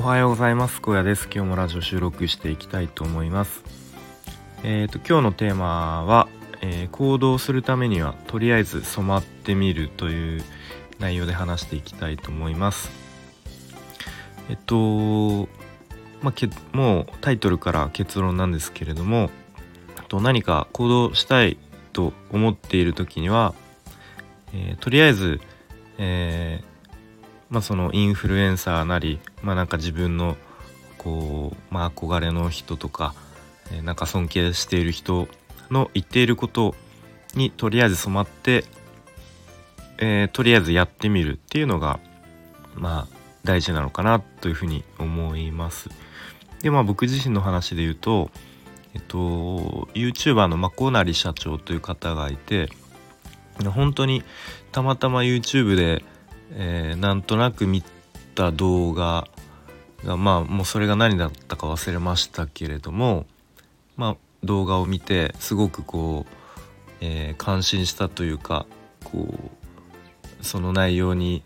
おはようございます。小屋です。今日もラジオ収録していきたいと思います。今日のテーマは、行動するためにはとりあえず染まってみるという内容で話していきたいと思います。もうタイトルから結論なんですけれども、何か行動したいと思っている時には、とりあえず、そのインフルエンサーなり、なんか自分の憧れの人とか、なんか尊敬している人の言っていることにとりあえず染まって、とりあえずやってみるっていうのが大事なのかなというふうに思います。で僕自身の話で言うと、YouTuber のまこなり社長という方がいて、本当にたまたま YouTube で、なんとなく見た動画がもうそれが何だったか忘れましたけれども、動画を見てすごく感心したというか、その内容に、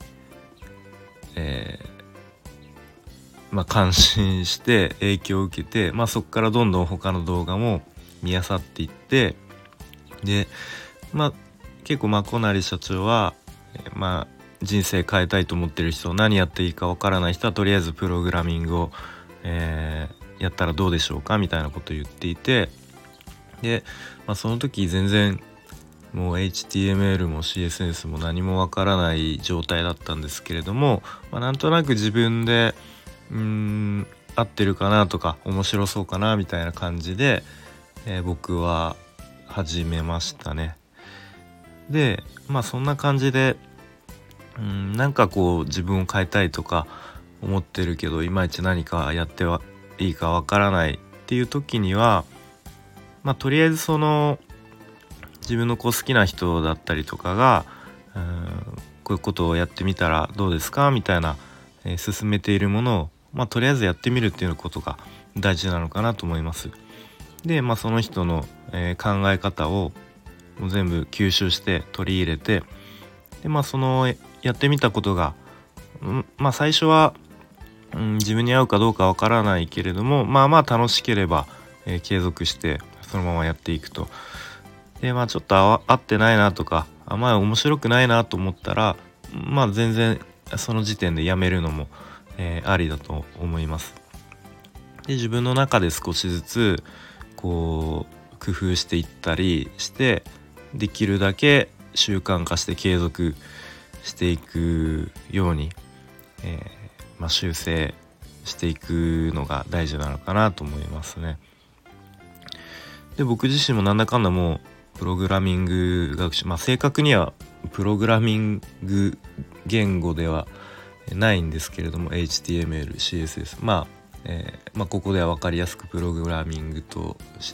感心して影響を受けて、そこからどんどん他の動画も見漁っていって、で結構小成社長は、人生変えたいと思ってる人、何やっていいかわからない人はとりあえずプログラミングを、やったらどうでしょうかみたいなことを言っていて、で、その時全然もう HTML も CSS も何もわからない状態だったんですけれども、なんとなく自分で合ってるかなとか面白そうかなみたいな感じで、僕は始めましたね。でそんな感じでなんか自分を変えたいとか思ってるけど、いまいち何かやってはいいかわからないっていう時には、とりあえずその自分の好きな人だったりとかがこういうことをやってみたらどうですかみたいな、進めているものを、とりあえずやってみるっていうことが大事なのかなと思います。でその人の、考え方をもう全部吸収して取り入れて、でそのやってみたことが、最初は、自分に合うかどうかわからないけれども、楽しければ、継続してそのままやっていくと。でちょっと合ってないなとか、面白くないなと思ったら、全然その時点でやめるのも、ありだと思います。で自分の中で少しずつ工夫していったりして、できるだけ習慣化して継続していくように、修正していくのが大事なのかなと思いますね。で僕自身もなんだかんだもうプログラミング学習、正確にはプログラミング言語ではないんですけれども、 HTML、CSS、ここでは分かりやすくプログラミングとして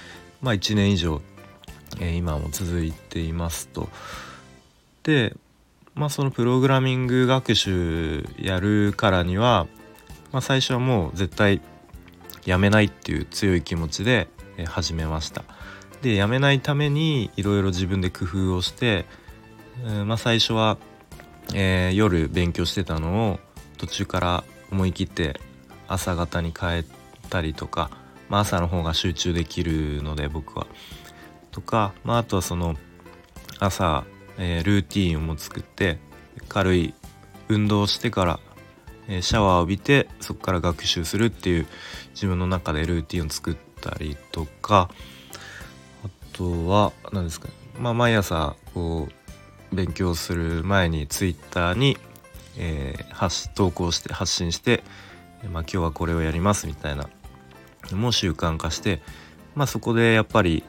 、1年以上、今も続いていますと。でそのプログラミング学習やるからには、最初はもう絶対やめないっていう強い気持ちで始めました。でやめないためにいろいろ自分で工夫をして、最初は、夜勉強してたのを途中から思い切って朝方に変えたりとか、朝の方が集中できるので僕はとか、あとはその朝、ルーティーンをも作って軽い運動をしてから、シャワーを浴びてそこから学習するっていう自分の中でルーティーンを作ったりとか、あとは何ですかね、毎朝勉強する前にツイッターに、投稿して発信して、今日はこれをやりますみたいなのも習慣化して、そこでやっぱり、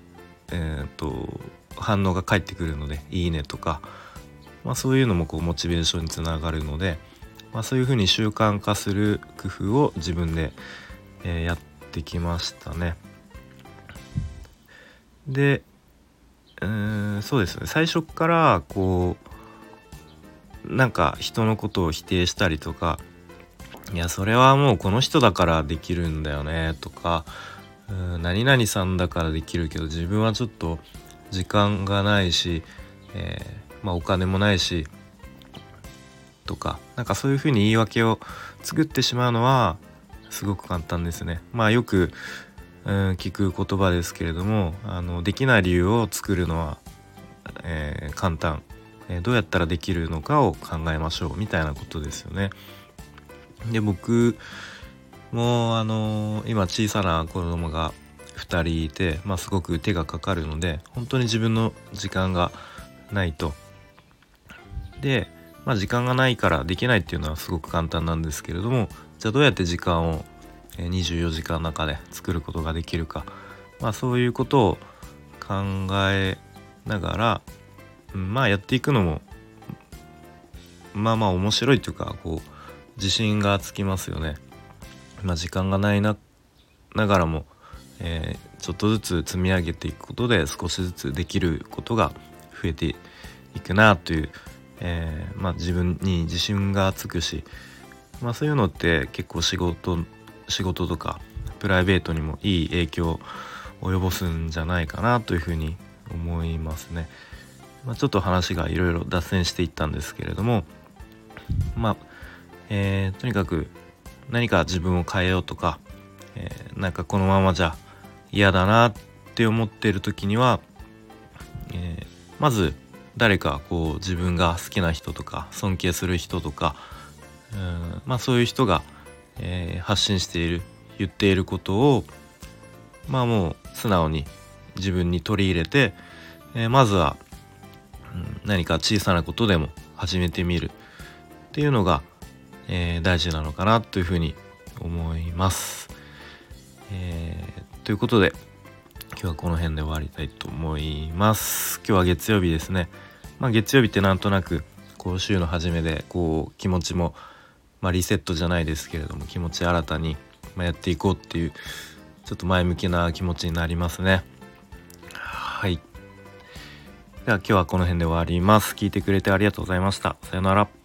反応が返ってくるのでいいねとか、そういうのもモチベーションにつながるので、そういうふうに習慣化する工夫を自分で、やってきましたね。でそうですね、最初からなんか人のことを否定したりとか、いやそれはもうこの人だからできるんだよねとか、何々さんだからできるけど自分はちょっと時間がないし、お金もないし、 とか、なんかそういうふうに言い訳を作ってしまうのはすごく簡単ですね。よく、聞く言葉ですけれども、できない理由を作るのは、簡単、どうやったらできるのかを考えましょうみたいなことですよね。で、僕も今小さな子供が2人いて、すごく手がかかるので、本当に自分の時間がないと。で、時間がないからできないっていうのはすごく簡単なんですけれども、じゃあどうやって時間を24時間の中で作ることができるか、そういうことを考えながら、やっていくのも面白いというか、自信がつきますよね。時間がないながらも、ちょっとずつ積み上げていくことで少しずつできることが増えていくなという、自分に自信がつくし、そういうのって結構仕事とかプライベートにもいい影響を及ぼすんじゃないかなというふうに思いますね。ちょっと話がいろいろ脱線していったんですけれども、とにかく何か自分を変えようとか、なんかこのままじゃ嫌だなって思っている時には、まず誰か自分が好きな人とか尊敬する人とか、そういう人が、発信している言っていることをもう素直に自分に取り入れて、まずは、何か小さなことでも始めてみるっていうのが、大事なのかなというふうに思います。ということで今日はこの辺で終わりたいと思います。今日は月曜日ですね。月曜日ってなんとなく週の初めで気持ちも、リセットじゃないですけれども、気持ち新たに、やっていこうっていうちょっと前向きな気持ちになりますね。はい。では今日はこの辺で終わります。聞いてくれてありがとうございました。さよなら。